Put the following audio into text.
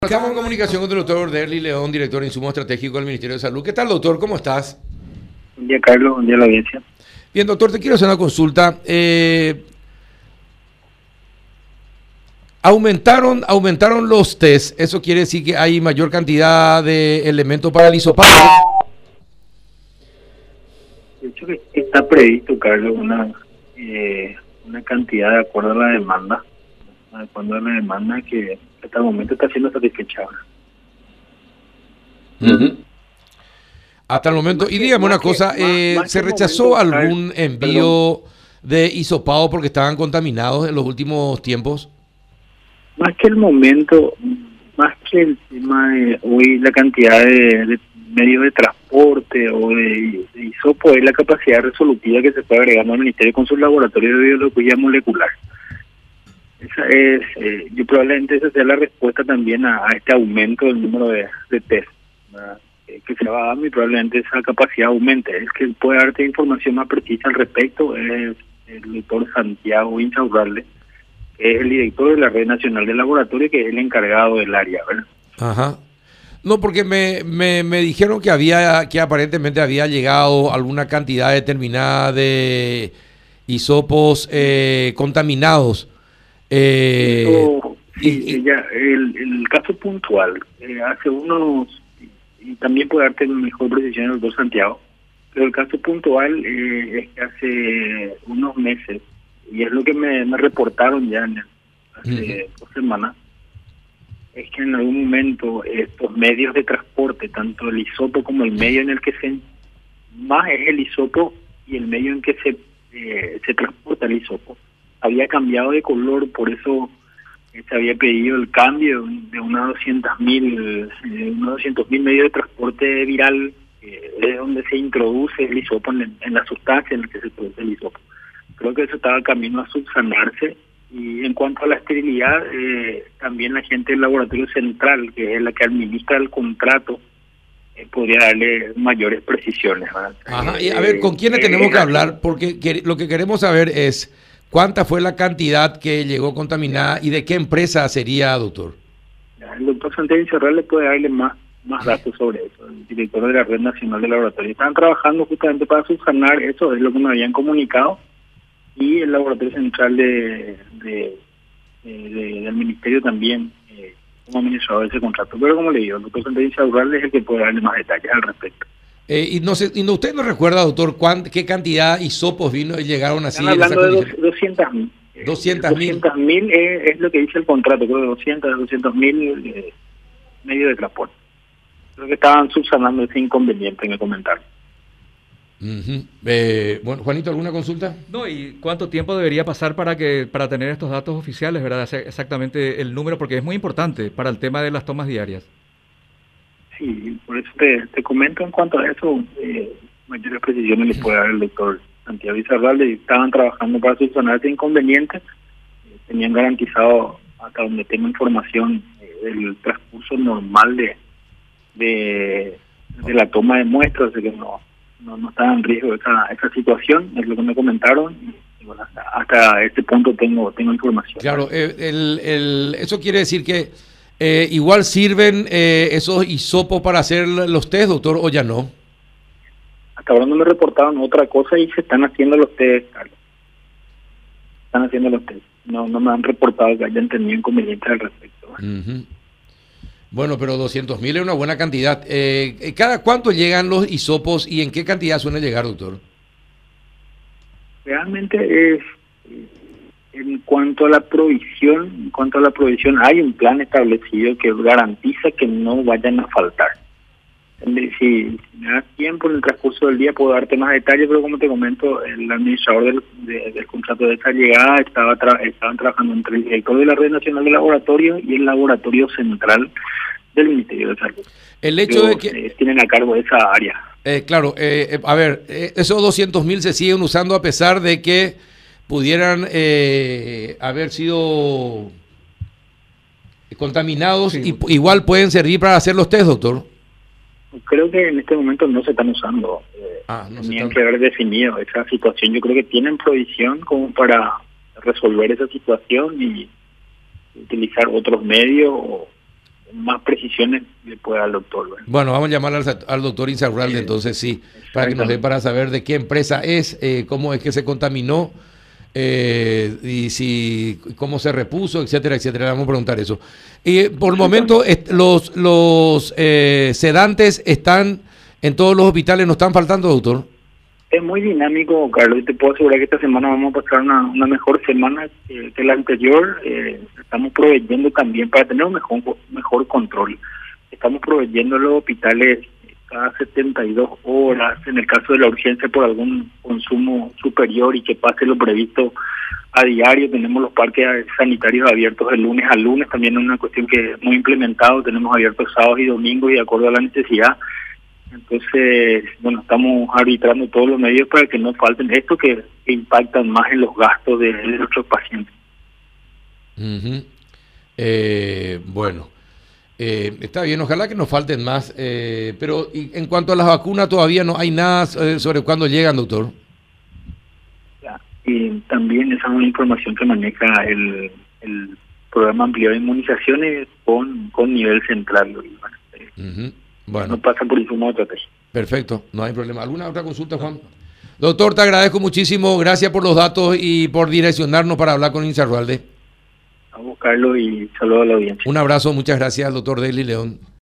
Estamos en comunicación con el doctor Derly León, director de Insumo Estratégico del Ministerio de Salud. ¿Qué tal, doctor? ¿Cómo estás? Buen día, Carlos. Buen día a la audiencia. Bien, doctor, te quiero hacer una consulta. Aumentaron los test. ¿Eso quiere decir que hay mayor cantidad de elementos para el hisopado? De hecho, que está previsto, Carlos, una cantidad de acuerdo a la demanda, que hasta el momento está siendo satisfecha. Uh-huh. Hasta el momento. Y dígame una cosa, ¿se rechazó algún envío de hisopado porque estaban contaminados en los últimos tiempos? Más que el momento, más que el tema de hoy, la cantidad de medios de transporte o de hisopo, es la capacidad resolutiva que se puede agregar al Ministerio con sus laboratorios de biología molecular. Esa es, yo probablemente esa sea la respuesta también a este aumento del número de test, ¿verdad? Que se va dando, y probablemente esa capacidad aumente. El que puede darte información más precisa al respecto es el doctor Santiago Insaurralde, que es el director de la Red Nacional de Laboratorio, que es el encargado del área, ¿verdad? Ajá. No, porque me dijeron que aparentemente había llegado alguna cantidad determinada de hisopos contaminados. El caso puntual, hace unos, y también puede darte mejor precisión el doctor Santiago, pero el caso puntual es que hace unos meses, y es lo que me reportaron ya hace 2 semanas, es que en algún momento estos medios de transporte, tanto el hisopo como el medio en el que más es el hisopo y el medio en que se transporta el hisopo, había cambiado de color. Por eso se había pedido el cambio de unos 200.000 medios de transporte viral, es donde se introduce el hisopo en la sustancia en la que se produce el hisopo. Creo que eso estaba camino a subsanarse. Y en cuanto a la esterilidad, también la gente del laboratorio central, que es la que administra el contrato, podría darle mayores precisiones, ¿verdad? Ajá, y a ver, ¿con quiénes tenemos que hablar? Porque lo que queremos saber es cuánta fue la cantidad que llegó contaminada y de qué empresa sería, doctor. El doctor Santiago Insaurralde le puede darle más datos sobre eso, el director de la Red Nacional de Laboratorio. Están trabajando justamente para subsanar eso, es lo que me habían comunicado, y el laboratorio central del ministerio también como administrador de ese contrato. Pero como le digo, el doctor Santiago Insaurralde es el que puede darle más detalles al respecto. Y usted no recuerda, doctor, qué cantidad de hisopos llegaron así. Están hablando de 200.000. 200.000 es lo que dice el contrato, creo que 200.000 medios de transporte. Creo que estaban subsanando ese inconveniente en el comentario. Bueno, Juanito, ¿alguna consulta? No, ¿y cuánto tiempo debería pasar para tener estos datos oficiales, verdad? Exactamente el número, porque es muy importante para el tema de las tomas diarias. Sí, por eso te comento en cuanto a eso, mayores precisiones le puede dar el doctor Santiago Insaurralde. Estaban trabajando para subsanar ese inconveniente, tenían garantizado, hasta donde tengo información, el transcurso normal de la toma de muestras, de que no estaba en riesgo esa situación, es lo que me comentaron, y bueno, hasta este punto tengo información. Claro, eso quiere decir que igual sirven esos hisopos para hacer los test, doctor, o ya no. Hasta ahora no me reportaron otra cosa y se están haciendo los test, Carlos. Están haciendo los test. No me han reportado que hayan tenido inconvenientes al respecto. Bueno, pero 200.000 es una buena cantidad. ¿Cada cuánto llegan los hisopos y en qué cantidad suelen llegar, doctor? Realmente en cuanto a la provisión, hay un plan establecido que garantiza que no vayan a faltar. Si me das tiempo en el transcurso del día puedo darte más detalles, pero como te comento, el administrador del contrato de esta llegada estaban trabajando entre el director de la Red Nacional de Laboratorio y el laboratorio central del Ministerio de Salud. El hecho de que tienen a cargo esa área. Claro, a ver, esos 200.000 se siguen usando a pesar de que pudieran haber sido contaminados, sí. Y igual pueden servir para hacer los test, doctor. Creo que en este momento no se están usando. Tenían que haber definido esa situación. Yo creo que tienen provisión como para resolver esa situación y utilizar otros medios o más precisiones le pueda dar al doctor, ¿verdad? Bueno, vamos a llamar al doctor Insaurralde, entonces sí, para que nos dé para saber de qué empresa es, cómo es que se contaminó, y si cómo se repuso, etcétera, etcétera. Vamos a preguntar eso. Y por el momento los sedantes están en todos los hospitales, ¿no están faltando, doctor? Es muy dinámico, Carlos, y te puedo asegurar que esta semana vamos a pasar una mejor semana que la anterior. Estamos proveyendo también para tener un mejor control. Estamos proveyendo los hospitales cada 72 horas, en el caso de la urgencia por algún consumo superior y que pase lo previsto a diario. Tenemos los parques sanitarios abiertos de lunes a lunes, también es una cuestión que hemos implementado. Tenemos abiertos sábados y domingos y de acuerdo a la necesidad. Entonces, bueno, estamos arbitrando todos los medios para que no falten esto que impactan más en los gastos de nuestros pacientes. Bueno, está bien, ojalá que nos falten más, pero en cuanto a las vacunas todavía no hay nada sobre cuándo llegan, doctor. Y también esa es una información que maneja el programa ampliado de inmunizaciones con nivel central. Bueno. No pasa por insumo de estrategia. Perfecto, no hay problema. ¿Alguna otra consulta, Juan? Doctor, te agradezco muchísimo. Gracias por los datos y por direccionarnos para hablar con Insaurralde. A buscarlo y saludo a la audiencia. Un abrazo, muchas gracias, doctor Daily León.